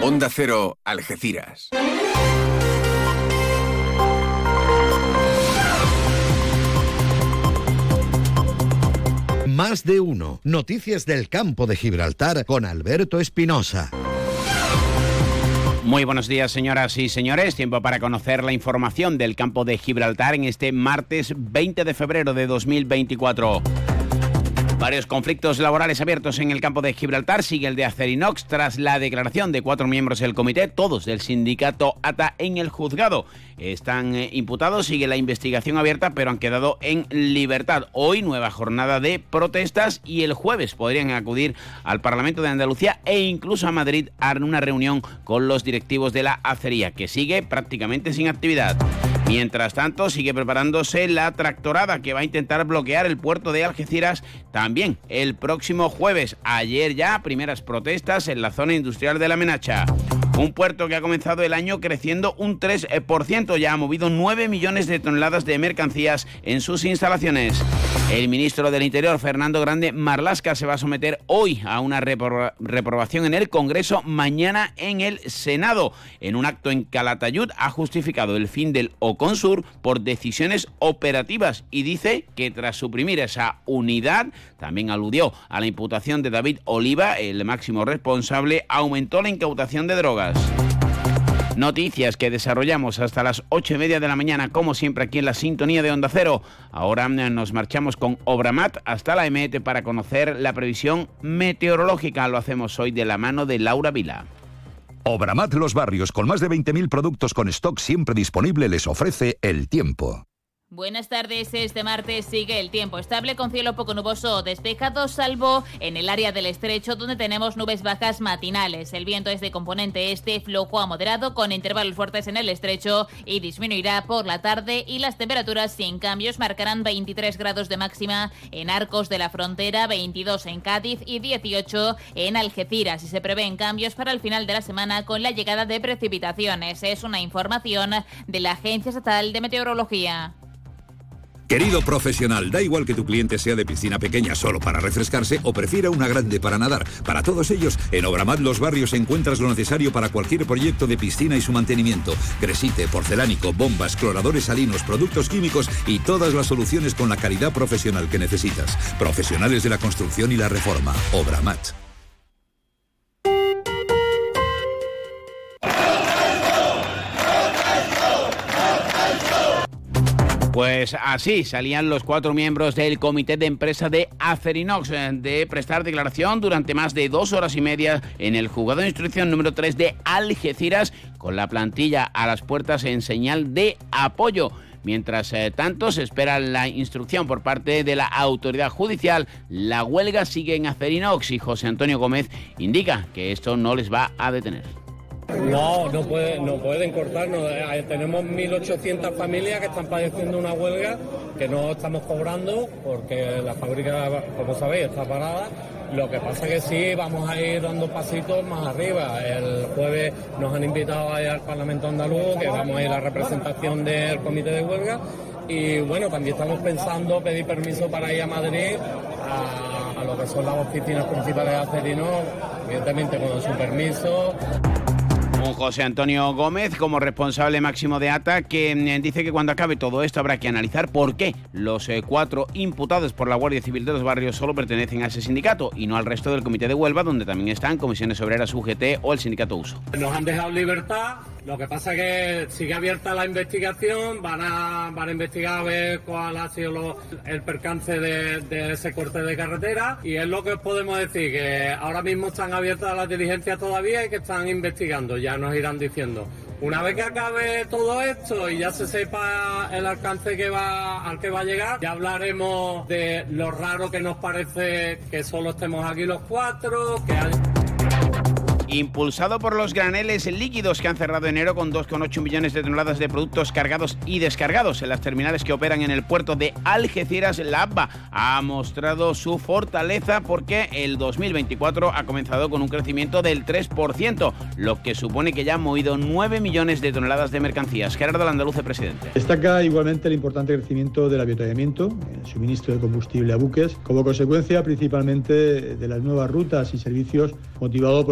Onda Cero, Algeciras. Más de uno. Noticias del campo de Gibraltar con Alberto Espinosa. Muy buenos días, señoras y señores. Tiempo para conocer la información del campo de Gibraltar en este martes 20 de febrero de 2024. Varios conflictos laborales abiertos en el campo de Gibraltar. Sigue el de Acerinox tras la declaración de 4 miembros del comité, todos del sindicato ATA, en el juzgado. Están imputados, sigue la investigación abierta, pero han quedado en libertad. Hoy nueva jornada de protestas y el jueves podrían acudir al Parlamento de Andalucía e incluso a Madrid a una reunión con los directivos de la acería, que sigue prácticamente sin actividad. Mientras tanto, sigue preparándose la tractorada que va a intentar bloquear el puerto de Algeciras también el próximo jueves. Ayer ya primeras protestas en la zona industrial de La Menacha. Un puerto que ha comenzado el año creciendo un 3%, ya ha movido 9 millones de toneladas de mercancías en sus instalaciones. El ministro del Interior, Fernando Grande Marlaska, se va a someter hoy a una reprobación en el Congreso, mañana en el Senado. En un acto en Calatayud ha justificado el fin del Oconsur por decisiones operativas y dice que tras suprimir esa unidad, también aludió a la imputación de David Oliva, el máximo responsable, aumentó la incautación de drogas. Noticias que desarrollamos hasta las 8:30 de la mañana, como siempre aquí en la sintonía de Onda Cero. Ahora nos marchamos con Obramat hasta la EMET para conocer la previsión meteorológica. Lo hacemos hoy de la mano de Laura Vila. Obramat Los Barrios, con más de 20.000 productos con stock siempre disponible, les ofrece el tiempo. Buenas tardes. Este martes sigue el tiempo estable con cielo poco nuboso o despejado, salvo en el área del estrecho, donde tenemos nubes bajas matinales. El viento es de componente este, flojo a moderado, con intervalos fuertes en el estrecho, y disminuirá por la tarde, y las temperaturas sin cambios marcarán 23 grados de máxima en Arcos de la Frontera, 22 en Cádiz y 18 en Algeciras. Y se prevén cambios para el final de la semana con la llegada de precipitaciones. Es una información de la Agencia Estatal de Meteorología. Querido profesional, da igual que tu cliente sea de piscina pequeña solo para refrescarse o prefiera una grande para nadar. Para todos ellos, en Obramat Los Barrios encuentras lo necesario para cualquier proyecto de piscina y su mantenimiento. Gresite, porcelánico, bombas, cloradores salinos, productos químicos y todas las soluciones con la calidad profesional que necesitas. Profesionales de la construcción y la reforma. Obramat. Pues así salían los 4 miembros del comité de empresa de Acerinox de prestar declaración durante más de 2 horas y media en el juzgado de instrucción número 3 de Algeciras, con la plantilla a las puertas en señal de apoyo. Mientras tanto se espera la instrucción por parte de la autoridad judicial, la huelga sigue en Acerinox y José Antonio Gómez indica que esto no les va a detener. No pueden cortarnos. Tenemos 1.800 familias que están padeciendo una huelga que no estamos cobrando porque la fábrica, como sabéis, está parada. Lo que pasa es que sí, vamos a ir dando pasitos más arriba. El jueves nos han invitado a ir al Parlamento andaluz, que vamos a ir a la representación del comité de huelga. Y bueno, también estamos pensando pedir permiso para ir a Madrid a lo que son las oficinas principales de Acerinox, evidentemente con su permiso. Un José Antonio Gómez como responsable máximo de ATA, que dice que cuando acabe todo esto habrá que analizar por qué los 4 imputados por la Guardia Civil de Los Barrios solo pertenecen a ese sindicato y no al resto del comité de Huelva, donde también están Comisiones Obreras, UGT o el sindicato USO. Nos han dejado libertad, lo que pasa es que sigue abierta la investigación, van a investigar a ver cuál ha sido el percance de ese corte de carretera, y es lo que os podemos decir, que ahora mismo están abiertas las diligencias todavía y que están investigando, ya nos irán diciendo. Una vez que acabe todo esto y ya se sepa el alcance al que va a llegar, ya hablaremos de lo raro que nos parece que solo estemos aquí los 4, que hay... Impulsado por los graneles líquidos que han cerrado enero con 2,8 millones de toneladas de productos cargados y descargados en las terminales que operan en el puerto de Algeciras, la ABBA ha mostrado su fortaleza porque el 2024 ha comenzado con un crecimiento del 3%, lo que supone que ya han movido 9 millones de toneladas de mercancías. Gerardo Landaluce, presidente. Destaca igualmente el importante crecimiento del avituallamiento, el suministro de combustible a buques, como consecuencia principalmente de las nuevas rutas y servicios motivado por el desvío de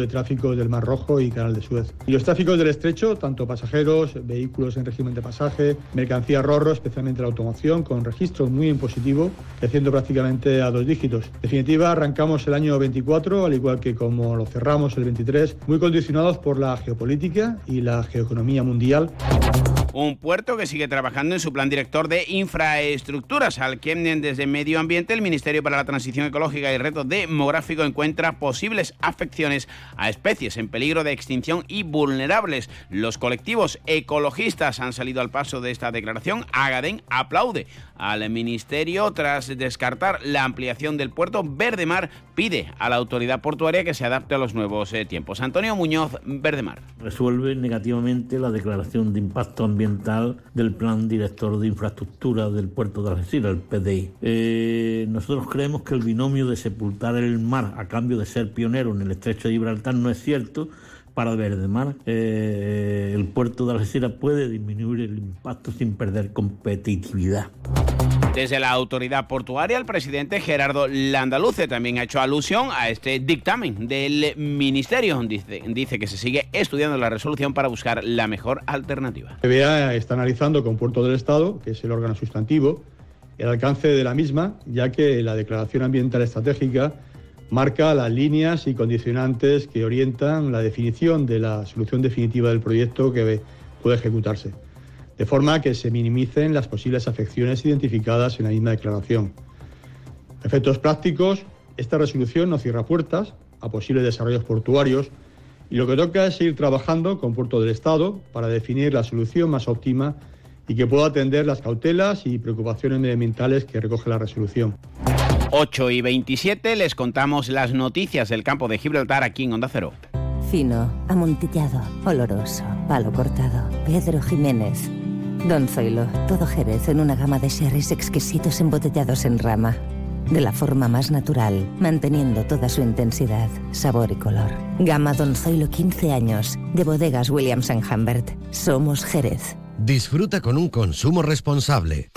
de tráfico del Mar Rojo y Canal de Suez. Y los tráficos del estrecho, tanto pasajeros, vehículos en régimen de pasaje, mercancía ro-ro, especialmente la automoción, con registros muy en positivo, creciendo prácticamente a 2 dígitos. En definitiva, arrancamos el año 24, al igual que como lo cerramos el 23, muy condicionados por la geopolítica y la geoeconomía mundial. Un puerto que sigue trabajando en su plan director de infraestructuras, al que desde Medio Ambiente el Ministerio para la Transición Ecológica y Reto Demográfico encuentra posibles afecciones a especies en peligro de extinción y vulnerables. Los colectivos ecologistas han salido al paso de esta declaración. Agadem aplaude al Ministerio tras descartar la ampliación del puerto. Verdemar pide a la autoridad portuaria que se adapte a los nuevos tiempos. Antonio Muñoz, Verdemar. Resuelve negativamente la declaración de impacto ambiental del Plan Director de Infraestructura del Puerto de Algeciras, el PDI. Nosotros creemos que el binomio de sepultar el mar a cambio de ser pionero en el Estrecho de Gibraltar no es cierto. Para Verdemar, el puerto de Algeciras puede disminuir el impacto sin perder competitividad. Desde la autoridad portuaria, el presidente Gerardo Landaluce también ha hecho alusión a este dictamen del Ministerio. Dice que se sigue estudiando la resolución para buscar la mejor alternativa. El BEA está analizando con Puertos del Estado, que es el órgano sustantivo, el alcance de la misma, ya que la Declaración Ambiental Estratégica marca las líneas y condicionantes que orientan la definición de la solución definitiva del proyecto que puede ejecutarse, de forma que se minimicen las posibles afecciones identificadas en la misma declaración. A efectos prácticos, esta resolución no cierra puertas a posibles desarrollos portuarios y lo que toca es seguir trabajando con Puertos del Estado para definir la solución más óptima y que pueda atender las cautelas y preocupaciones medioambientales que recoge la resolución. 8:27, les contamos las noticias del campo de Gibraltar aquí en Onda Cero. Fino, amontillado, oloroso, palo cortado, Pedro Jiménez. Don Zoilo, todo Jerez en una gama de sherries exquisitos embotellados en rama. De la forma más natural, manteniendo toda su intensidad, sabor y color. Gama Don Zoilo 15 años, de bodegas Williams & Humbert. Somos Jerez. Disfruta con un consumo responsable.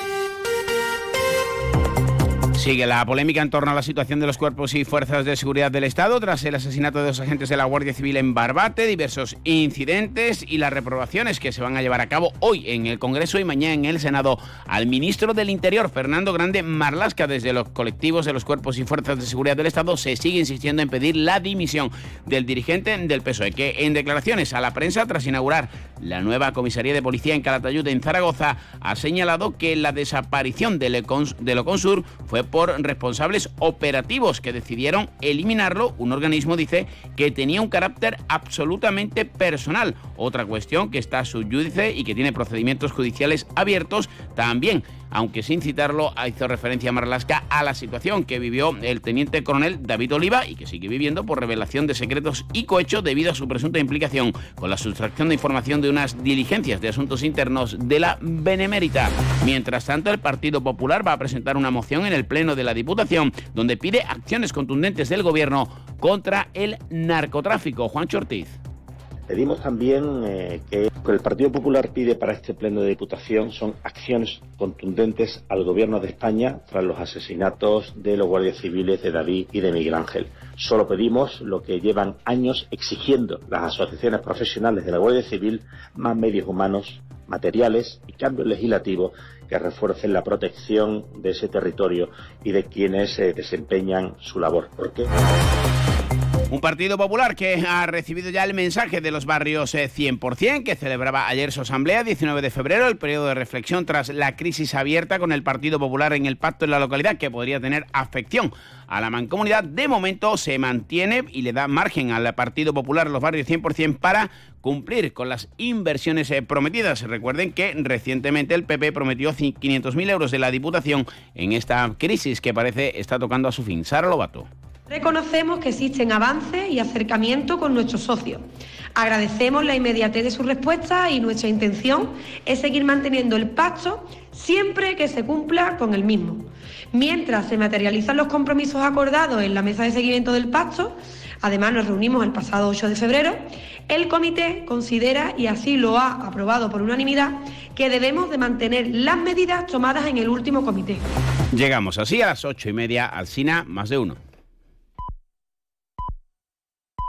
Sigue la polémica en torno a la situación de los cuerpos y fuerzas de seguridad del Estado tras el asesinato de 2 agentes de la Guardia Civil en Barbate, diversos incidentes y las reprobaciones que se van a llevar a cabo hoy en el Congreso y mañana en el Senado al ministro del Interior, Fernando Grande Marlaska. Desde los colectivos de los cuerpos y fuerzas de seguridad del Estado se sigue insistiendo en pedir la dimisión del dirigente del PSOE, que en declaraciones a la prensa tras inaugurar la nueva comisaría de policía en Calatayud, en Zaragoza, ha señalado que la desaparición del Oconsur fue por responsables operativos que decidieron eliminarlo, un organismo, dice, que tenía un carácter absolutamente personal. Otra cuestión que está sub judice y que tiene procedimientos judiciales abiertos también, aunque sin citarlo, hizo referencia Marlaska a la situación que vivió el teniente coronel David Oliva y que sigue viviendo por revelación de secretos y cohecho debido a su presunta implicación con la sustracción de información de unas diligencias de asuntos internos de la Benemérita. Mientras tanto, el Partido Popular va a presentar una moción en el Pleno de la Diputación donde pide acciones contundentes del Gobierno contra el narcotráfico. Juancho Ortiz. Pedimos también que lo que el Partido Popular pide para este pleno de Diputación son acciones contundentes al Gobierno de España tras los asesinatos de los guardias civiles de David y de Miguel Ángel. Solo pedimos lo que llevan años exigiendo las asociaciones profesionales de la Guardia Civil: más medios humanos, materiales y cambios legislativos que refuercen la protección de ese territorio y de quienes desempeñan su labor. ¿Por qué? Un Partido Popular que ha recibido ya el mensaje de los barrios 100%, que celebraba ayer su asamblea, 19 de febrero, el periodo de reflexión tras la crisis abierta con el Partido Popular en el pacto en la localidad, que podría tener afección a la mancomunidad. De momento se mantiene y le da margen al Partido Popular los barrios 100% para cumplir con las inversiones prometidas. Recuerden que recientemente el PP prometió 500.000 euros de la Diputación en esta crisis que parece está tocando a su fin. Sara Lobato. Reconocemos que existen avances y acercamiento con nuestros socios. Agradecemos la inmediatez de su respuesta y nuestra intención es seguir manteniendo el pacto siempre que se cumpla con el mismo. Mientras se materializan los compromisos acordados en la mesa de seguimiento del pacto, además nos reunimos el pasado 8 de febrero, el comité considera, y así lo ha aprobado por unanimidad, que debemos de mantener las medidas tomadas en el último comité. Llegamos así a las 8:30 al SINA Más de Uno.